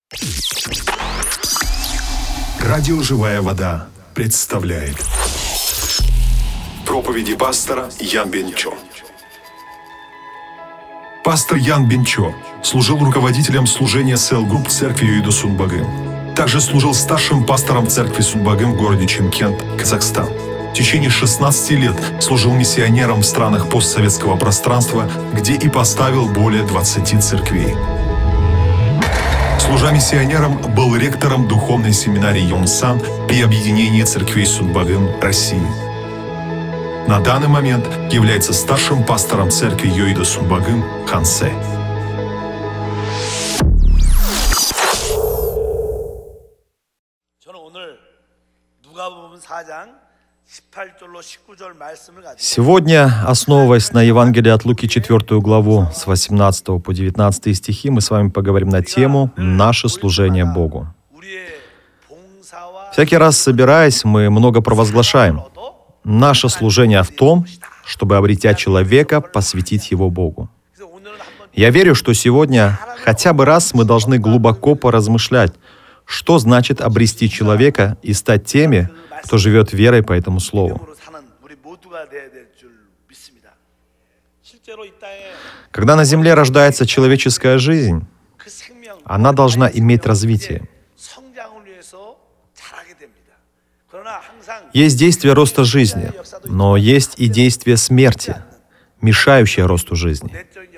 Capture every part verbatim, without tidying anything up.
Радио «Живая вода» представляет проповеди пастора Ян Бенчо. Пастор Ян Бенчо служил руководителем служения Селл-групп в церкви Йойдо Сунбагым. Также служил старшим пастором церкви Сунбагым в городе Чимкент, Казахстан. В течение шестнадцати лет служил миссионером в странах постсоветского пространства, где и поставил более двадцати церквей. Служа миссионером, был ректором духовной семинарии Йонсан при объединении церквей Сунбагым России. На данный момент является старшим пастором церкви Йойдо Сунбагым Хансе. Сегодня, основываясь на Евангелии от Луки четвёртую главу с восемнадцатого по девятнадцатый стихи, мы с вами поговорим на тему «Наше служение Богу». Всякий раз собираясь, мы много провозглашаем. Наше служение в том, чтобы, обретя человека, посвятить его Богу. Я верю, что сегодня хотя бы раз мы должны глубоко поразмышлять, что значит обрести человека и стать теми, кто живет верой по этому слову. Когда на земле рождается человеческая жизнь, она должна иметь развитие. Есть действие роста жизни, но есть и действие смерти, мешающее росту жизни.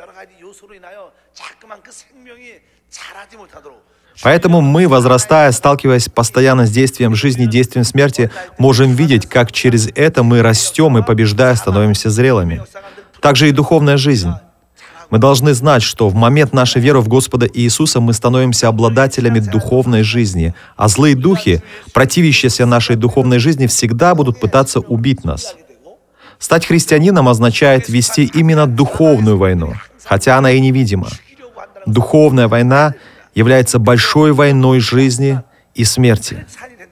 Поэтому мы, возрастая, сталкиваясь постоянно с действием жизни и действием смерти, можем видеть, как через это мы растем и, побеждая, становимся зрелыми. Также и духовная жизнь. Мы должны знать, что в момент нашей веры в Господа Иисуса мы становимся обладателями духовной жизни, а злые духи, противящиеся нашей духовной жизни, всегда будут пытаться убить нас. Стать христианином означает вести именно духовную войну, хотя она и невидима. Духовная война является большой войной жизни и смерти.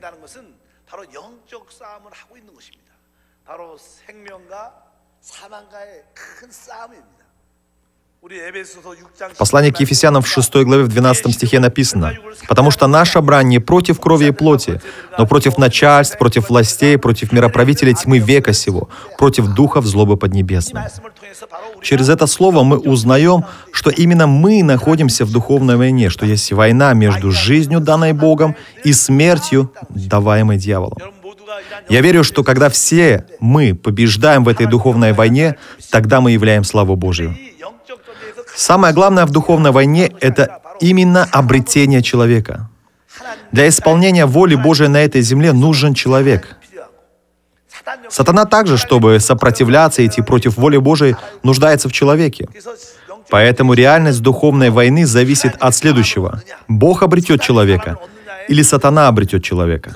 В послании к Ефесянам в шестой главе в двенадцатом стихе написано: «Потому что наша брань не против крови и плоти, но против начальств, против властей, против мироправителей тьмы века сего, против духов злобы поднебесной». Через это слово мы узнаем, что именно мы находимся в духовной войне, что есть война между жизнью, данной Богом, и смертью, даваемой дьяволом. Я верю, что когда все мы побеждаем в этой духовной войне, тогда мы являем славу Божию. Самое главное в духовной войне — это именно обретение человека. Для исполнения воли Божией на этой земле нужен человек. Сатана также, чтобы сопротивляться и идти против воли Божией, нуждается в человеке. Поэтому реальность духовной войны зависит от следующего: Бог обретет человека или сатана обретет человека.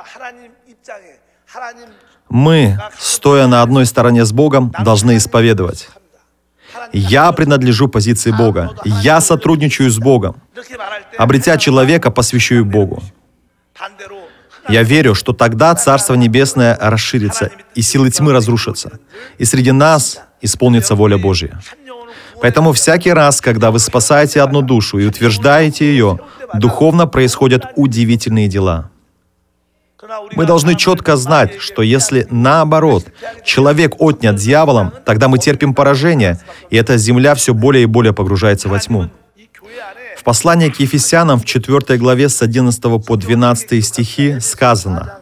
Мы, стоя на одной стороне с Богом, должны исповедовать: «Я принадлежу позиции Бога, я сотрудничаю с Богом. Обретя человека, посвящу Богу». Я верю, что тогда Царство Небесное расширится, и силы тьмы разрушатся, и среди нас исполнится воля Божья. Поэтому всякий раз, когда вы спасаете одну душу и утверждаете ее, духовно происходят удивительные дела. Мы должны четко знать, что если, наоборот, человек отнят дьяволом, тогда мы терпим поражение, и эта земля все более и более погружается во тьму. В послании к Ефесянам в четвёртой главе с одиннадцатого по двенадцатый стихи сказано: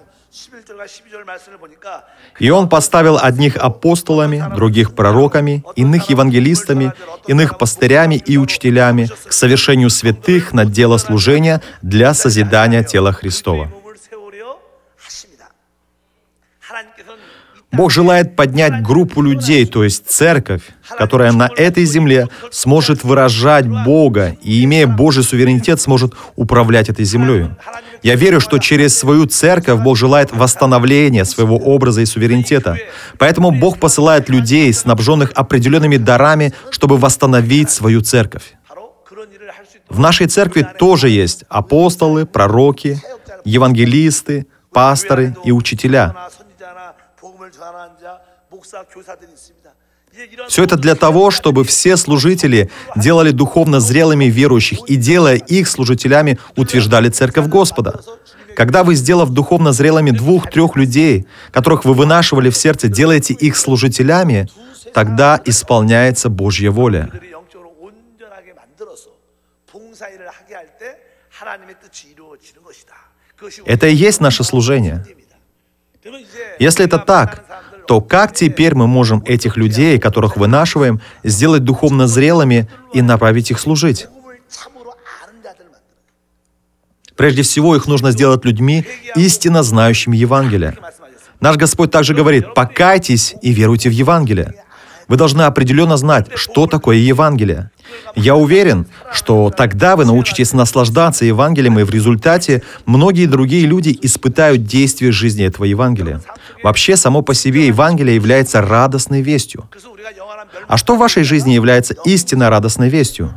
«И Он поставил одних апостолами, других пророками, иных евангелистами, иных пастырями и учителями к совершению святых на дело служения для созидания тела Христова». Бог желает поднять группу людей, то есть церковь, которая на этой земле сможет выражать Бога и, имея Божий суверенитет, сможет управлять этой землей. Я верю, что через свою церковь Бог желает восстановления своего образа и суверенитета. Поэтому Бог посылает людей, снабженных определенными дарами, чтобы восстановить свою церковь. В нашей церкви тоже есть апостолы, пророки, евангелисты, пасторы и учителя. Все это для того, чтобы все служители делали духовно зрелыми верующих и, делая их служителями, утверждали Церковь Господа. Когда вы, сделав духовно зрелыми двух-трех людей, которых вы вынашивали в сердце, делаете их служителями, тогда исполняется Божья воля. Это и есть наше служение. Если это так, то как теперь мы можем этих людей, которых вынашиваем, сделать духовно зрелыми и направить их служить? Прежде всего, их нужно сделать людьми, истинно знающими Евангелие. Наш Господь также говорит: «Покайтесь и веруйте в Евангелие». Вы должны определенно знать, что такое Евангелие. Я уверен, что тогда вы научитесь наслаждаться Евангелием, и в результате многие другие люди испытают действие жизни этого Евангелия. Вообще, само по себе Евангелие является радостной вестью. А что в вашей жизни является истинно радостной вестью?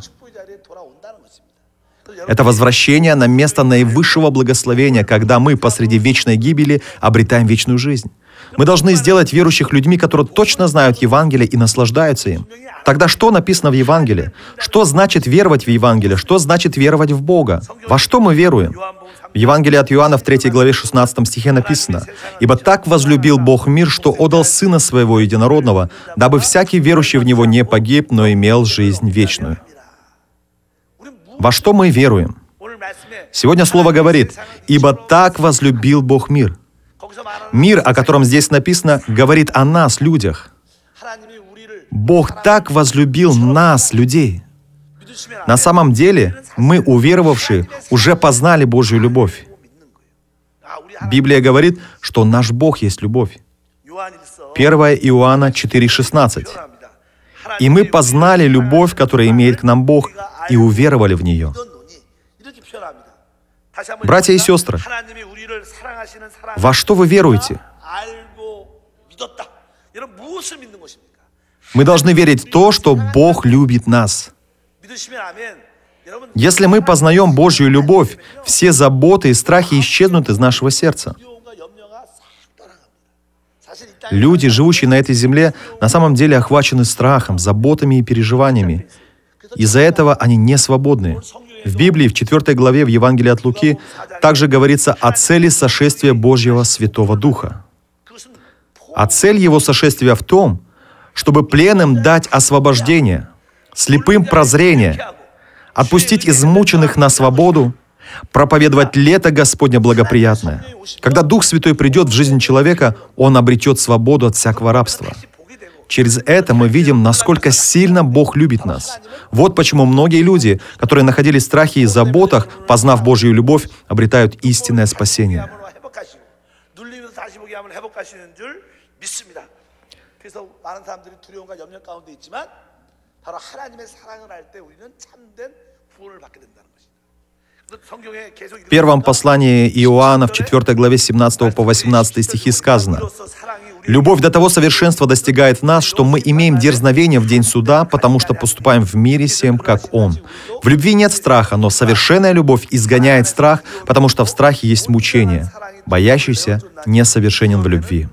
Это возвращение на место наивысшего благословения, когда мы посреди вечной гибели обретаем вечную жизнь. Мы должны сделать верующих людьми, которые точно знают Евангелие и наслаждаются им. Тогда что написано в Евангелии? Что значит веровать в Евангелие? Что значит веровать в Бога? Во что мы веруем? В Евангелии от Иоанна в третьей главе шестнадцатом стихе написано: «Ибо так возлюбил Бог мир, что отдал Сына Своего Единородного, дабы всякий верующий в Него не погиб, но имел жизнь вечную». Во что мы веруем? Сегодня Слово говорит: «Ибо так возлюбил Бог мир». Мир, о котором здесь написано, говорит о нас, людях. Бог так возлюбил нас, людей. На самом деле, мы, уверовавшие, уже познали Божью любовь. Библия говорит, что наш Бог есть любовь. первое Иоанна четыре шестнадцать. «И мы познали любовь, которую имеет к нам Бог, и уверовали в нее». Братья и сестры, во что вы веруете? Мы должны верить в то, что Бог любит нас. Если мы познаем Божью любовь, все заботы и страхи исчезнут из нашего сердца. Люди, живущие на этой земле, на самом деле охвачены страхом, заботами и переживаниями. Из-за этого они не свободны. В Библии, в четвёртой главе в Евангелии от Луки, также говорится о цели сошествия Божьего Святого Духа. А цель Его сошествия в том, чтобы пленным дать освобождение, слепым прозрение, отпустить измученных на свободу, проповедовать лето Господне благоприятное. Когда Дух Святой придет в жизнь человека, он обретет свободу от всякого рабства. Через это мы видим, насколько сильно Бог любит нас. Вот почему многие люди, которые находились в страхе и заботах, познав Божью любовь, обретают истинное спасение. В первом послании Иоанна, в четвёртой главе семнадцатого по восемнадцатый стихи сказано: «Любовь до того совершенства достигает в нас, что мы имеем дерзновение в день суда, потому что поступаем в мире сем, как Он. В любви нет страха, но совершенная любовь изгоняет страх, потому что в страхе есть мучение. Боящийся несовершенен в любви».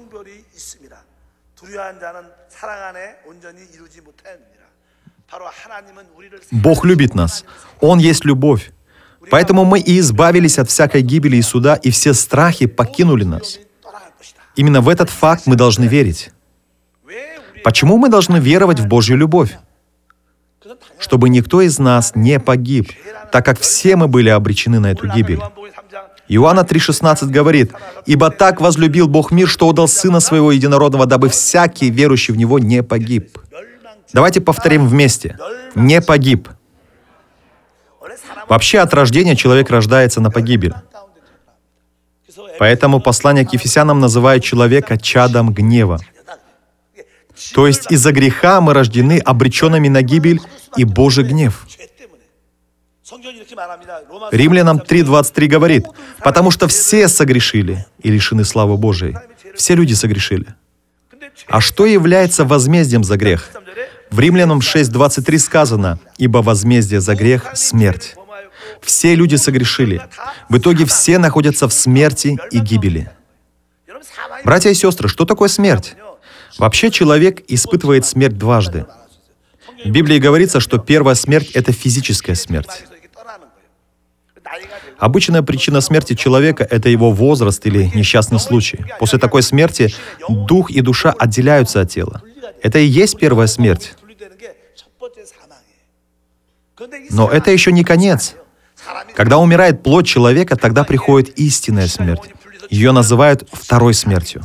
Бог любит нас. Он есть любовь. Поэтому мы и избавились от всякой гибели и суда, и все страхи покинули нас. Именно в этот факт мы должны верить. Почему мы должны веровать в Божью любовь? Чтобы никто из нас не погиб, так как все мы были обречены на эту гибель. Иоанна три шестнадцать говорит: «Ибо так возлюбил Бог мир, что отдал Сына Своего Единородного, дабы всякий, верующий в Него, не погиб». Давайте повторим вместе. «Не погиб». Вообще, от рождения человек рождается на погибель. Поэтому послание к Ефесянам называет человека чадом гнева. То есть из-за греха мы рождены обреченными на гибель и Божий гнев. Римлянам три двадцать три говорит: «Потому что все согрешили и лишены славы Божией». Все люди согрешили. А что является возмездием за грех? В Римлянам шесть двадцать три сказано: «Ибо возмездие за грех — смерть». Все люди согрешили. В итоге все находятся в смерти и гибели. Братья и сестры, что такое смерть? Вообще человек испытывает смерть дважды. В Библии говорится, что первая смерть — это физическая смерть. Обычная причина смерти человека — это его возраст или несчастный случай. После такой смерти дух и душа отделяются от тела. Это и есть первая смерть. Но это еще не конец. Когда умирает плоть человека, тогда приходит истинная смерть. Ее называют второй смертью.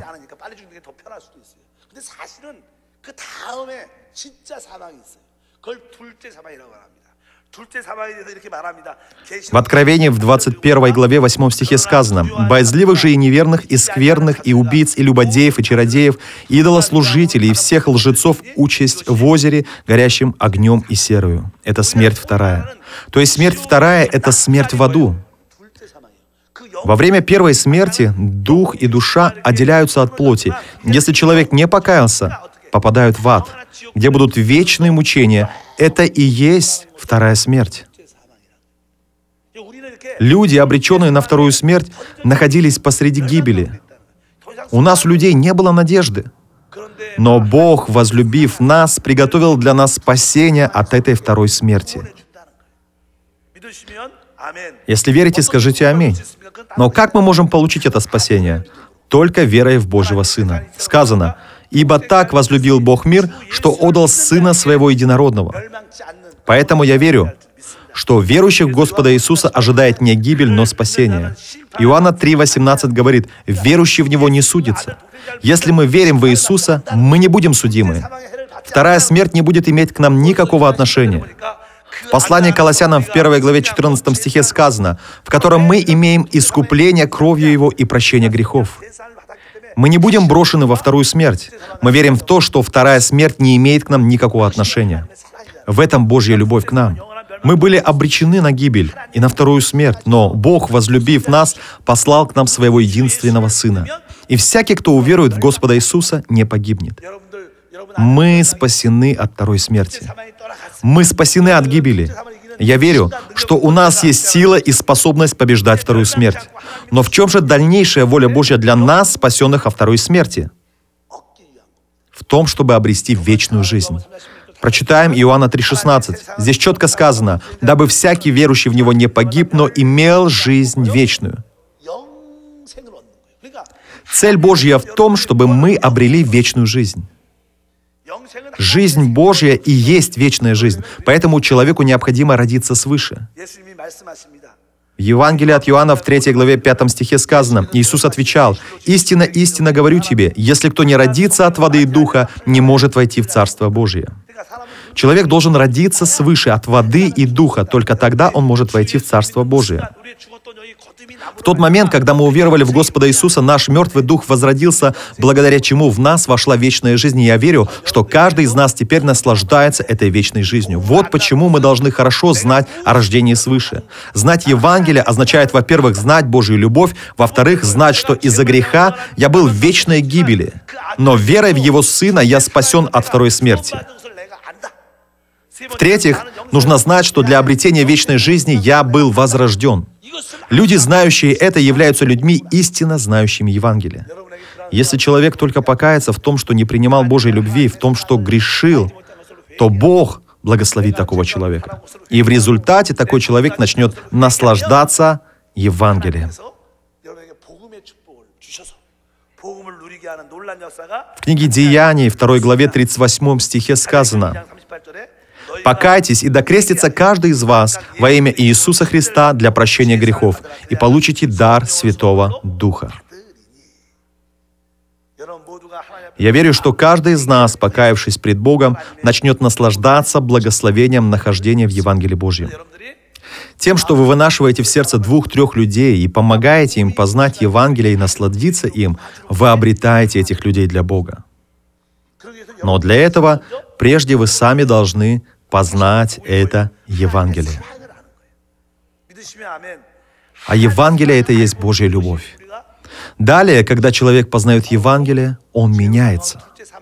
В Откровении в двадцать первой главе восьмом стихе сказано: «Боязливых же и неверных, и скверных, и убийц, и любодеев, и чародеев, и идолослужителей, и всех лжецов участь в озере, горящим огнем и серою». Это смерть вторая. То есть смерть вторая — это смерть в аду. Во время первой смерти дух и душа отделяются от плоти. Если человек не покаялся, попадают в ад, где будут вечные мучения. Это и есть вторая смерть. Люди, обреченные на вторую смерть, находились посреди гибели. У нас, у людей, не было надежды. Но Бог, возлюбив нас, приготовил для нас спасение от этой второй смерти. Если верите, скажите «Аминь». Но как мы можем получить это спасение? Только верой в Божьего Сына. Сказано: «Ибо так возлюбил Бог мир, что отдал Сына Своего Единородного». Поэтому я верю, что верующих в Господа Иисуса ожидает не гибель, но спасение. Иоанна три восемнадцать говорит: «Верующий в Него не судится». Если мы верим в Иисуса, мы не будем судимы. Вторая смерть не будет иметь к нам никакого отношения. В послании к Колоссянам в первой главе четырнадцатом стихе сказано: «В котором мы имеем искупление кровью Его и прощение грехов». Мы не будем брошены во вторую смерть. Мы верим в то, что вторая смерть не имеет к нам никакого отношения. В этом Божья любовь к нам. Мы были обречены на гибель и на вторую смерть, но Бог, возлюбив нас, послал к нам Своего единственного Сына. И всякий, кто уверует в Господа Иисуса, не погибнет. Мы спасены от второй смерти. Мы спасены от гибели. Я верю, что у нас есть сила и способность побеждать вторую смерть. Но в чем же дальнейшая воля Божья для нас, спасенных от второй смерти? В том, чтобы обрести вечную жизнь. Прочитаем Иоанна три шестнадцать. Здесь четко сказано: «Дабы всякий верующий в Него не погиб, но имел жизнь вечную». Цель Божья в том, чтобы мы обрели вечную жизнь. Жизнь Божья и есть вечная жизнь, поэтому человеку необходимо родиться свыше. В Евангелии от Иоанна в третьей главе пятом стихе сказано: Иисус отвечал: «Истинно, истинно говорю тебе, если кто не родится от воды и духа, не может войти в Царство Божие». Человек должен родиться свыше от воды и духа, только тогда он может войти в Царство Божие. В тот момент, когда мы уверовали в Господа Иисуса, наш мертвый дух возродился, благодаря чему в нас вошла вечная жизнь, и я верю, что каждый из нас теперь наслаждается этой вечной жизнью. Вот почему мы должны хорошо знать о рождении свыше. Знать Евангелие означает, во-первых, знать Божью любовь, во-вторых, знать, что из-за греха я был в вечной гибели, но верой в Его Сына я спасен от второй смерти. В-третьих, нужно знать, что для обретения вечной жизни я был возрожден. Люди, знающие это, являются людьми, истинно знающими Евангелие. Если человек только покается в том, что не принимал Божьей любви, в том, что грешил, то Бог благословит такого человека. И в результате такой человек начнет наслаждаться Евангелием. В книге Деяний, второй главе тридцать восьмом стихе сказано: «Покайтесь, и докрестится каждый из вас во имя Иисуса Христа для прощения грехов, и получите дар Святого Духа». Я верю, что каждый из нас, покаявшись пред Богом, начнет наслаждаться благословением нахождения в Евангелии Божьем. Тем, что вы вынашиваете в сердце двух-трех людей и помогаете им познать Евангелие и насладиться им, вы обретаете этих людей для Бога. Но для этого прежде вы сами должны познать это Евангелие. А Евангелие — это и есть Божья любовь. Далее, когда человек познает Евангелие, он меняется.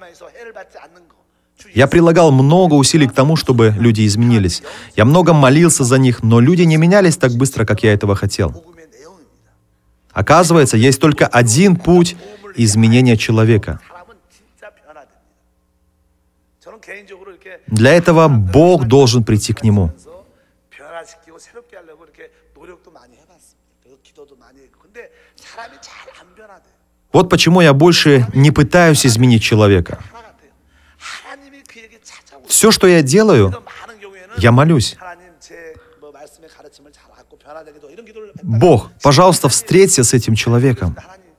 Я прилагал много усилий к тому, чтобы люди изменились. Я много молился за них, но люди не менялись так быстро, как я этого хотел. Оказывается, есть только один путь изменения человека. Для этого Бог должен прийти к нему. Вот почему я больше не пытаюсь изменить человека. Все, что я делаю, я молюсь. Бог, пожалуйста, встреться с этим человеком.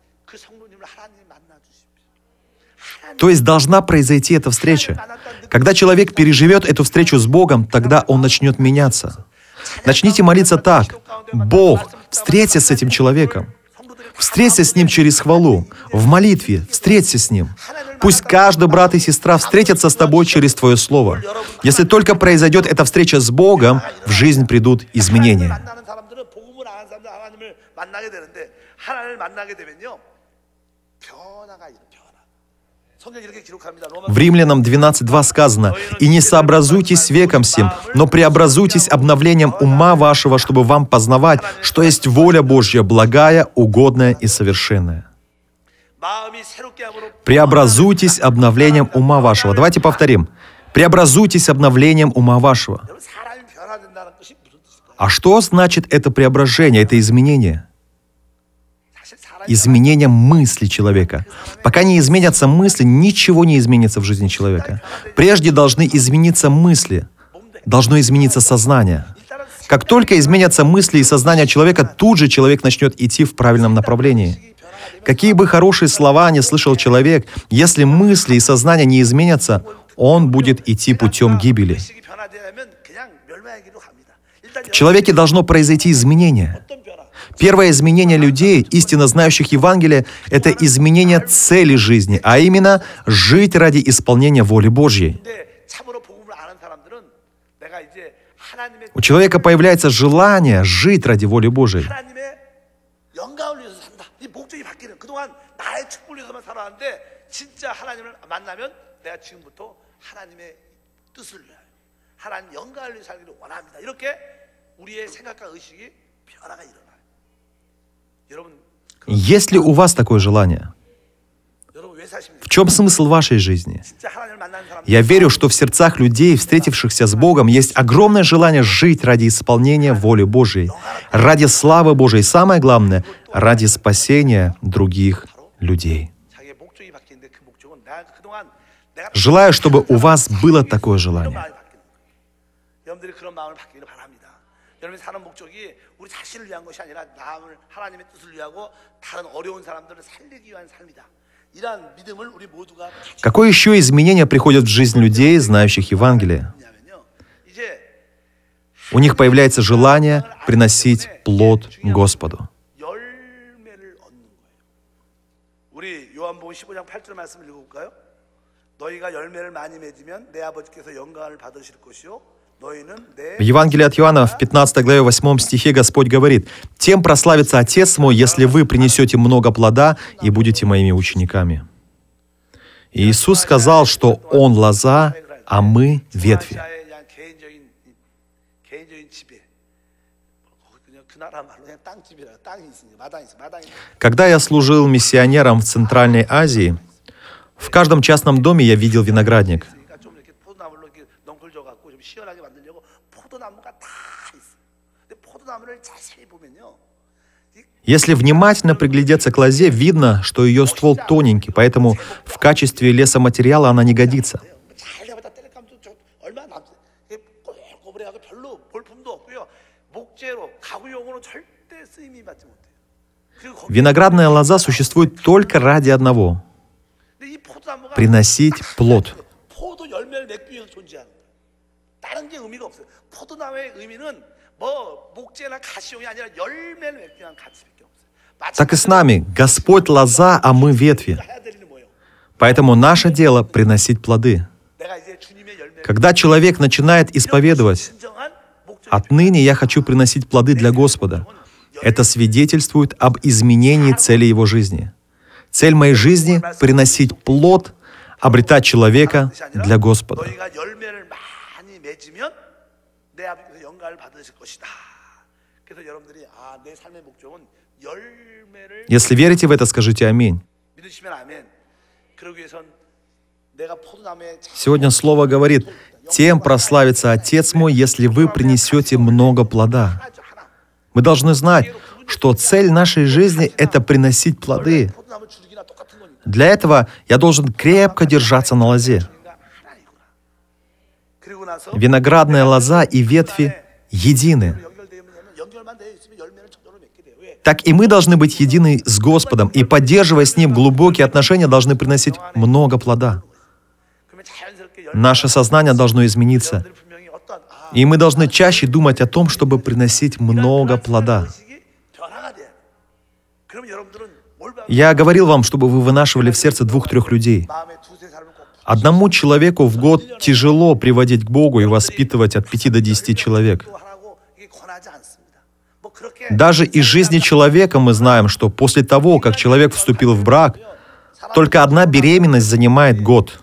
То есть должна произойти эта встреча. Когда человек переживет эту встречу с Богом, тогда он начнет меняться. Начните молиться так. Бог, встреться с этим человеком. Встреться с ним через хвалу. В молитве встреться с ним. Пусть каждый брат и сестра встретятся с тобой через твое слово. Если только произойдет эта встреча с Богом, в жизнь придут изменения. В Римлянам двенадцать два сказано: «И не сообразуйтесь с веком сим, но преобразуйтесь обновлением ума вашего, чтобы вам познавать, что есть воля Божья, благая, угодная и совершенная». Преобразуйтесь обновлением ума вашего. Давайте повторим. Преобразуйтесь обновлением ума вашего. А что значит это преображение, это изменение? Изменение мысли человека. Пока не изменятся мысли, ничего не изменится в жизни человека. Прежде должны измениться мысли, должно измениться сознание. Как только изменятся мысли и сознание человека, тут же человек начнет идти в правильном направлении. Какие бы хорошие слова ни слышал человек, если мысли и сознание не изменятся, он будет идти путем гибели. В человеке должно произойти изменение. Первое изменение людей, истинно знающих Евангелие, это изменение цели жизни, а именно жить ради исполнения воли Божьей. У человека появляется желание жить ради воли Божьей. Есть ли у вас такое желание? В чем смысл вашей жизни? Я верю, что в сердцах людей, встретившихся с Богом, есть огромное желание жить ради исполнения воли Божьей, ради славы Божьей, и самое главное, ради спасения других людей. Желаю, чтобы у вас было такое желание. Какое еще изменение приходит в жизнь людей, знающих Евангелие? У них появляется желание приносить плод Господу. В Евангелии от Иоанна в пятнадцатой главе восьмом стихе Господь говорит: «Тем прославится Отец мой, если вы принесете много плода и будете моими учениками». И Иисус сказал, что Он лоза, а мы ветви. Когда я служил миссионером в Центральной Азии, в каждом частном доме я видел виноградник. Если внимательно приглядеться к лозе, видно, что ее ствол тоненький, поэтому в качестве лесоматериала она не годится. Виноградная лоза существует только ради одного — приносить плод. Так и с нами. Господь лоза, а мы ветви. Поэтому наше дело — приносить плоды. Когда человек начинает исповедовать: «Отныне я хочу приносить плоды для Господа», это свидетельствует об изменении цели его жизни. Цель моей жизни — приносить плод, обретать человека для Господа. Если верите в это, скажите аминь. Сегодня Слово говорит: «Тем прославится Отец мой, если вы принесете много плода». Мы должны знать, что цель нашей жизни — это приносить плоды. Для этого я должен крепко держаться на лозе. Виноградная лоза и ветви едины. Так и мы должны быть едины с Господом, и, поддерживая с Ним глубокие отношения, должны приносить много плода. Наше сознание должно измениться, и мы должны чаще думать о том, чтобы приносить много плода. Я говорил вам, чтобы вы вынашивали в сердце двух-трех людей. Одному человеку в год тяжело приводить к Богу и воспитывать от пяти до десяти человек. Даже из жизни человека мы знаем, что после того, как человек вступил в брак, только одна беременность занимает год.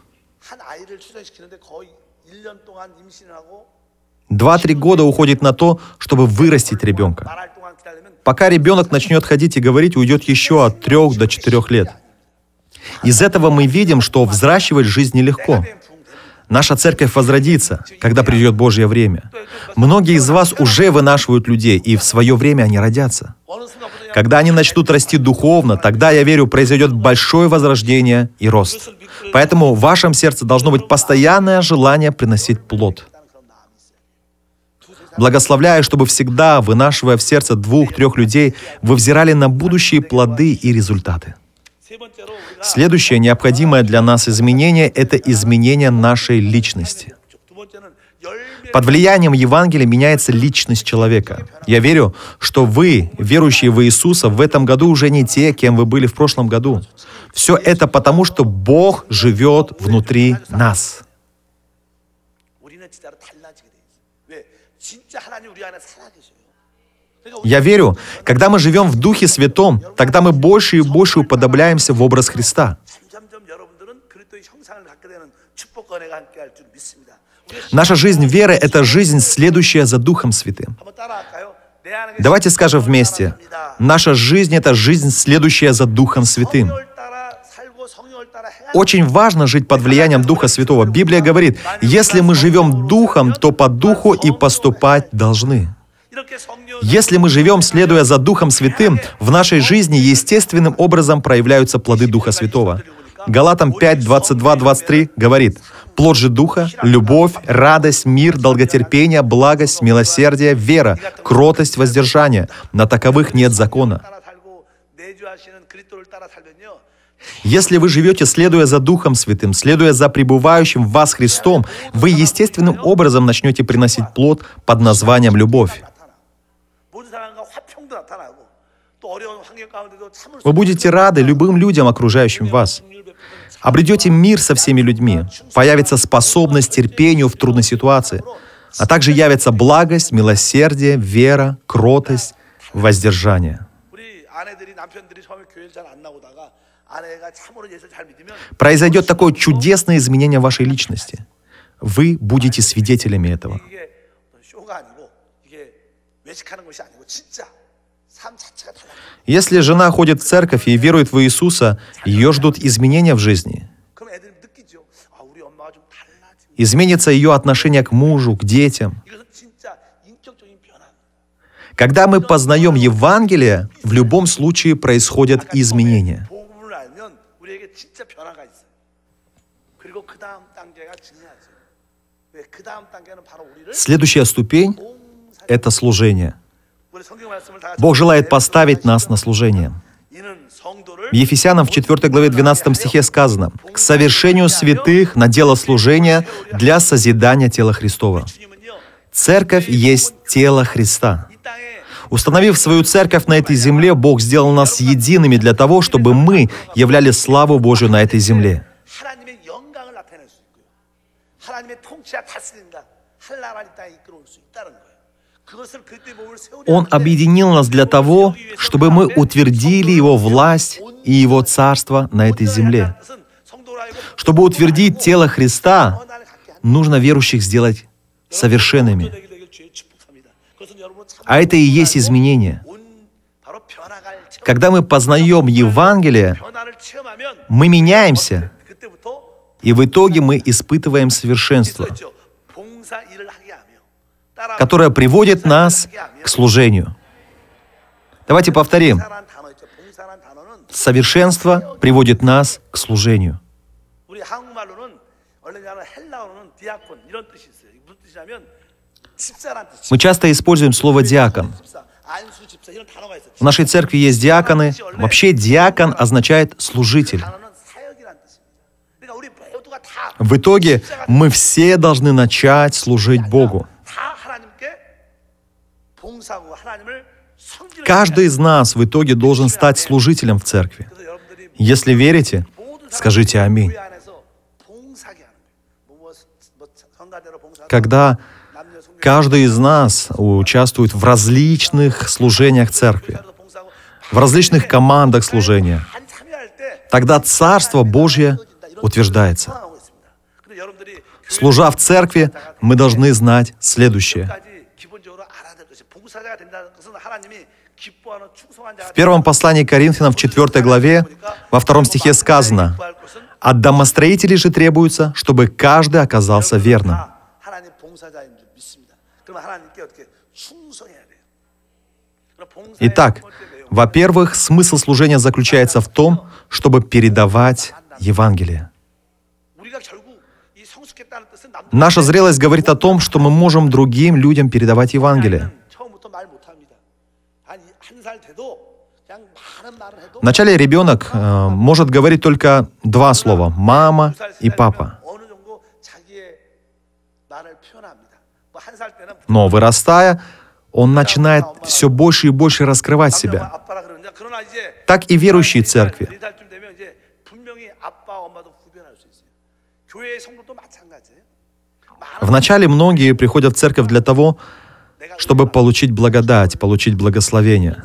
Два-три года уходит на то, чтобы вырастить ребенка. Пока ребенок начнет ходить и говорить, уйдет еще от трех до четырех лет. Из этого мы видим, что взращивать жизнь нелегко. Наша церковь возродится, когда придет Божье время. Многие из вас уже вынашивают людей, и в свое время они родятся. Когда они начнут расти духовно, тогда, я верю, произойдет большое возрождение и рост. Поэтому в вашем сердце должно быть постоянное желание приносить плод. Благословляю, чтобы всегда, вынашивая в сердце двух-трех людей, вы взирали на будущие плоды и результаты. Следующее необходимое для нас изменение — это изменение нашей личности. Под влиянием Евангелия меняется личность человека. Я верю, что вы, верующие в Иисуса, в этом году уже не те, кем вы были в прошлом году. Все это потому, что Бог живет внутри нас. Я верю, когда мы живем в Духе Святом, тогда мы больше и больше уподобляемся в образ Христа. Наша жизнь веры — это жизнь, следующая за Духом Святым. Давайте скажем вместе: наша жизнь — это жизнь, следующая за Духом Святым. Очень важно жить под влиянием Духа Святого. Библия говорит: если мы живем Духом, то по Духу и поступать должны. Если мы живем, следуя за Духом Святым, в нашей жизни естественным образом проявляются плоды Духа Святого. Галатам пять, двадцать два двадцать три говорит: «Плод же Духа — любовь, радость, мир, долготерпение, благость, милосердие, вера, кротость, воздержание. На таковых нет закона». Если вы живете, следуя за Духом Святым, следуя за пребывающим в вас Христом, вы естественным образом начнете приносить плод под названием «любовь». Вы будете рады любым людям, окружающим вас. Обретете мир со всеми людьми. Появится способность терпению в трудной ситуации. А также явится благость, милосердие, вера, кротость, воздержание. Произойдет такое чудесное изменение вашей личности. Вы будете свидетелями этого. Если жена ходит в церковь и верует в Иисуса, ее ждут изменения в жизни. Изменится ее отношение к мужу, к детям. Когда мы познаем Евангелие, в любом случае происходят изменения. Следующая ступень — это служение. Бог желает поставить нас на служение. В Ефесянам в четвёртой главе двенадцатом стихе сказано: «К совершению святых на дело служения для созидания тела Христова». Церковь есть тело Христа. Установив свою церковь на этой земле, Бог сделал нас едиными для того, чтобы мы являли славу Божию на этой земле. Он объединил нас для того, чтобы мы утвердили Его власть и Его царство на этой земле. Чтобы утвердить тело Христа, нужно верующих сделать совершенными. А это и есть изменение. Когда мы познаем Евангелие, мы меняемся, И в итоге мы испытываем совершенство, которое приводит нас к служению. Давайте повторим. Совершенство приводит нас к служению. Мы часто используем слово «диакон». В нашей церкви есть диаконы. Вообще диакон означает «служитель». В итоге мы все должны начать служить Богу. Каждый из нас в итоге должен стать служителем в церкви. Если верите, скажите «Аминь». Когда каждый из нас участвует в различных служениях церкви, в различных командах служения, тогда Царство Божье утверждается. Служа в церкви, мы должны знать следующее. В первом послании к Коринфянам в четвёртой главе, во втором стихе сказано: «От домостроителей же требуется, чтобы каждый оказался верным». Итак, во-первых, смысл служения заключается в том, чтобы передавать Евангелие. Наша зрелость говорит о том, что мы можем другим людям передавать Евангелие. Вначале ребенок э, может говорить только два слова — «мама» и «папа». Но, вырастая, он начинает все больше и больше раскрывать себя. Так и верующие церкви. Вначале многие приходят в церковь для того, чтобы получить благодать, получить благословение.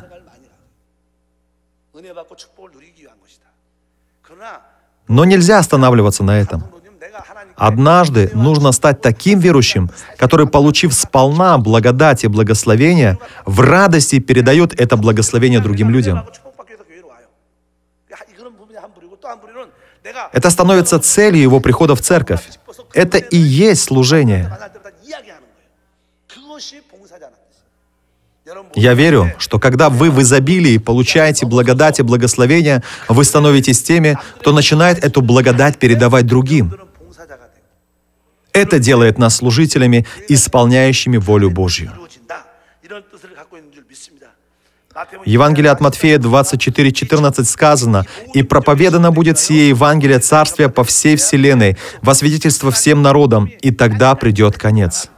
Но нельзя останавливаться на этом. Однажды нужно стать таким верующим, который, получив сполна благодать и благословение, в радости передает это благословение другим людям. Это становится целью его прихода в церковь. Это и есть служение. Я верю, что когда вы в изобилии получаете благодать и благословение, вы становитесь теми, кто начинает эту благодать передавать другим. Это делает нас служителями, исполняющими волю Божью. В Евангелии от Матфея двадцать четыре четырнадцать сказано: «И проповедано будет сие Евангелие Царствия по всей вселенной, во свидетельство всем народам, и тогда придет конец».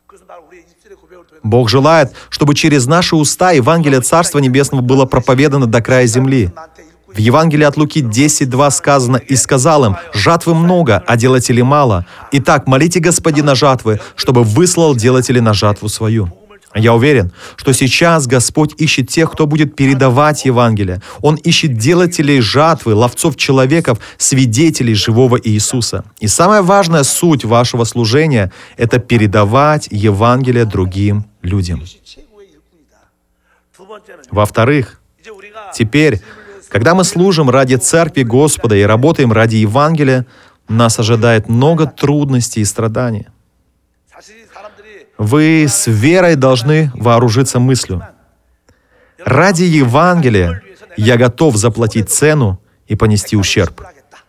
Бог желает, чтобы через наши уста Евангелие Царства Небесного было проповедано до края земли. В Евангелии от Луки десять два сказано: «И сказал им: жатвы много, а делателей мало. Итак, молите Господина жатвы, чтобы выслал делателей на жатву свою». Я уверен, что сейчас Господь ищет тех, кто будет передавать Евангелие. Он ищет делателей жатвы, ловцов-человеков, свидетелей живого Иисуса. И самая важная суть вашего служения — это передавать Евангелие другим людям. Во-вторых, теперь, когда мы служим ради Церкви Господа и работаем ради Евангелия, нас ожидает много трудностей и страданий. Вы с верой должны вооружиться мыслью: ради Евангелия я готов заплатить цену и понести ущерб.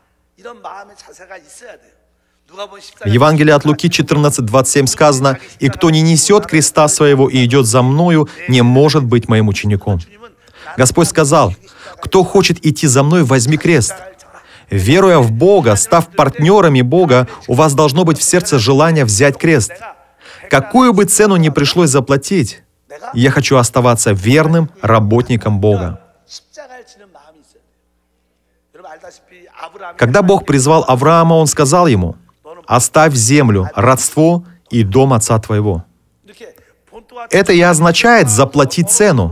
В Евангелии от Луки четырнадцать двадцать семь сказано: «И кто не несет креста своего и идет за мною, не может быть моим учеником». Господь сказал: «Кто хочет идти за мной, возьми крест». Веруя в Бога, став партнерами Бога, у вас должно быть в сердце желание взять крест. Какую бы цену ни пришлось заплатить, я хочу оставаться верным работником Бога. Когда Бог призвал Авраама, Он сказал ему: «Оставь землю, родство и дом отца твоего». Это и означает заплатить цену.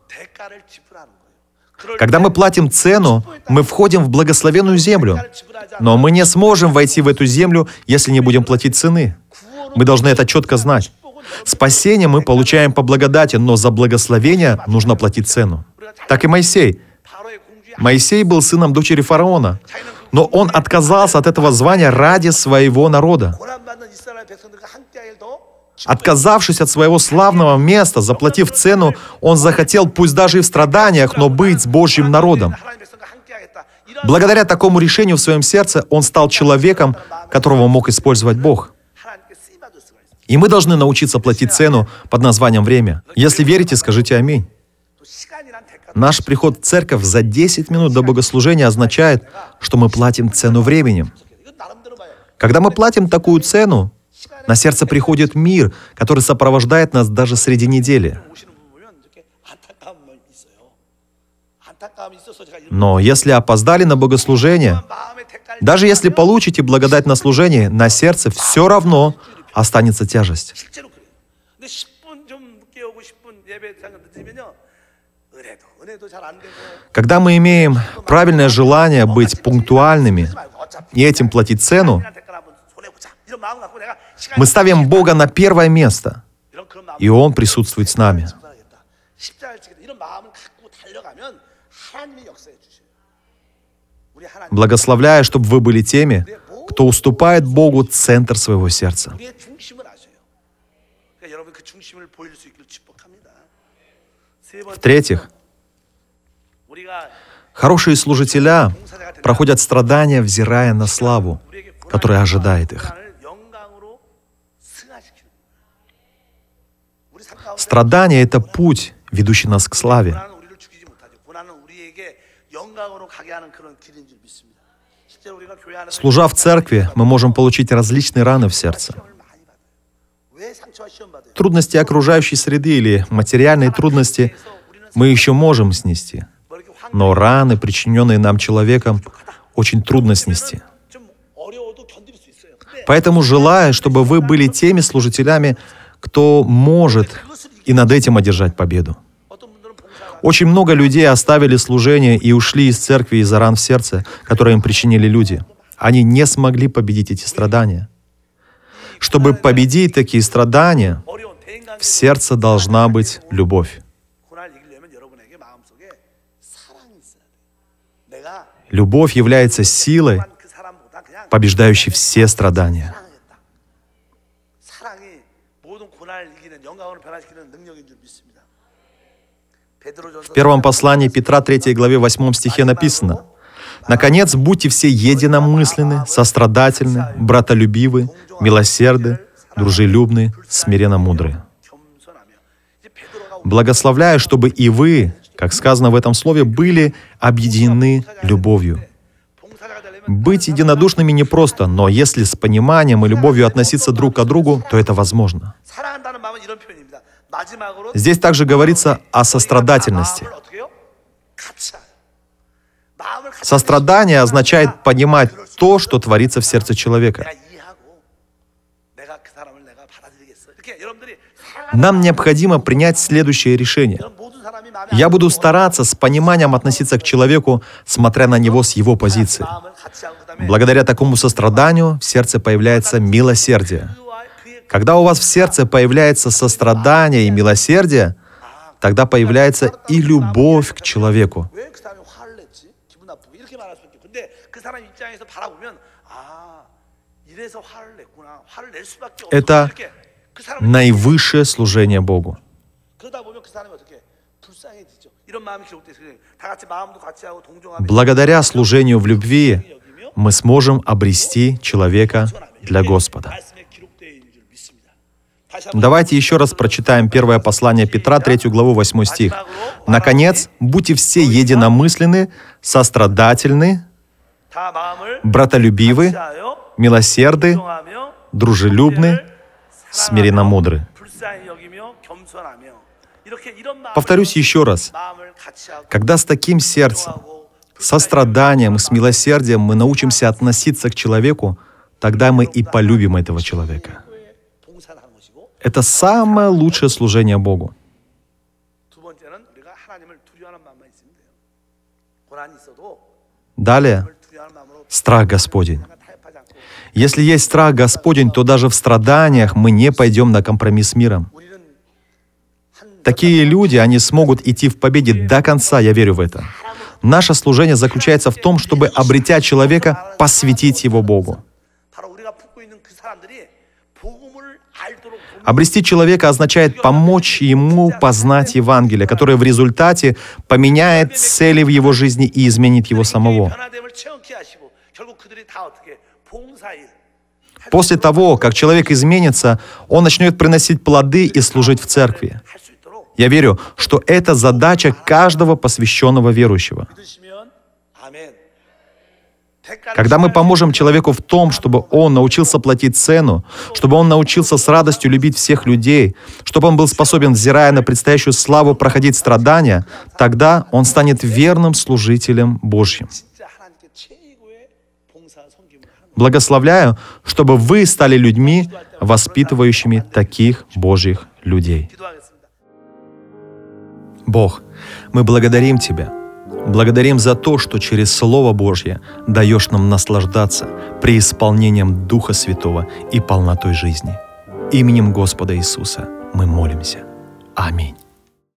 Когда мы платим цену, мы входим в благословенную землю. Но мы не сможем войти в эту землю, если не будем платить цены. Мы должны это четко знать. Спасение мы получаем по благодати, но за благословение нужно платить цену. Так и Моисей. Моисей был сыном дочери фараона. Но он отказался от этого звания ради своего народа. Отказавшись от своего славного места, заплатив цену, он захотел, пусть даже и в страданиях, но быть с Божьим народом. Благодаря такому решению в своем сердце он стал человеком, которого мог использовать Бог. И мы должны научиться платить цену под названием «время». Если верите, скажите «Аминь». Наш приход в церковь за десять минут до богослужения означает, что мы платим цену временем. Когда мы платим такую цену, на сердце приходит мир, который сопровождает нас даже среди недели. Но если опоздали на богослужение, даже если получите благодать на служение, на сердце все равно останется тяжесть. Когда мы имеем правильное желание быть пунктуальными и этим платить цену, мы ставим Бога на первое место, и Он присутствует с нами. Благословляю, чтобы вы были теми, кто уступает Богу центр своего сердца. В-третьих, хорошие служителя проходят страдания, взирая на славу, которая ожидает их. Страдание — это путь, ведущий нас к славе. Служа в церкви, мы можем получить различные раны в сердце. Трудности окружающей среды или материальные трудности мы еще можем снести. Но раны, причиненные нам человеком, очень трудно снести. Поэтому желаю, чтобы вы были теми служителями, кто может и над этим одержать победу. Очень много людей оставили служение и ушли из церкви из-за ран в сердце, которые им причинили люди. Они не смогли победить эти страдания. Чтобы победить такие страдания, в сердце должна быть любовь. Любовь является силой, побеждающей все страдания. В первом послании Петра, третьей главе, восьмом стихе написано: «Наконец, будьте все единомысленны, сострадательны, братолюбивы, милосерды, дружелюбны, смиренно мудры». Благословляю, чтобы и вы, как сказано в этом слове, были объединены любовью. Быть единодушными непросто, но если с пониманием и любовью относиться друг к другу, то это возможно. Здесь также говорится о сострадательности. Сострадание означает понимать то, что творится в сердце человека. Нам необходимо принять следующее решение. Я буду стараться с пониманием относиться к человеку, смотря на него с его позиции. Благодаря такому состраданию в сердце появляется милосердие. Когда у вас в сердце появляется сострадание и милосердие, тогда появляется и любовь к человеку. Это наивысшее служение Богу. Благодаря служению в любви мы сможем обрести человека для Господа. Давайте еще раз прочитаем первое послание Петра, третью главу, восьмой стих. «Наконец, будьте все единомысленны, сострадательны, братолюбивы, милосерды, дружелюбны, смиренно мудры». Повторюсь еще раз. Когда с таким сердцем, состраданием и с милосердием мы научимся относиться к человеку, тогда мы и полюбим этого человека. Это самое лучшее служение Богу. Далее, страх Господень. Если есть страх Господень, то даже в страданиях мы не пойдем на компромисс с миром. Такие люди, они смогут идти в победе до конца, я верю в это. Наше служение заключается в том, чтобы, обретя человека, посвятить его Богу. Обрести человека означает помочь ему познать Евангелие, которое в результате поменяет цели в его жизни и изменит его самого. После того, как человек изменится, он начнет приносить плоды и служить в церкви. Я верю, что это задача каждого посвященного верующего. Когда мы поможем человеку в том, чтобы он научился платить цену, чтобы он научился с радостью любить всех людей, чтобы он был способен, взирая на предстоящую славу, проходить страдания, тогда он станет верным служителем Божьим. Благословляю, чтобы вы стали людьми, воспитывающими таких Божьих людей. Бог, мы благодарим Тебя. Благодарим за то, что через Слово Божье даешь нам наслаждаться преисполнением Духа Святого и полнотой жизни. Именем Господа Иисуса мы молимся. Аминь.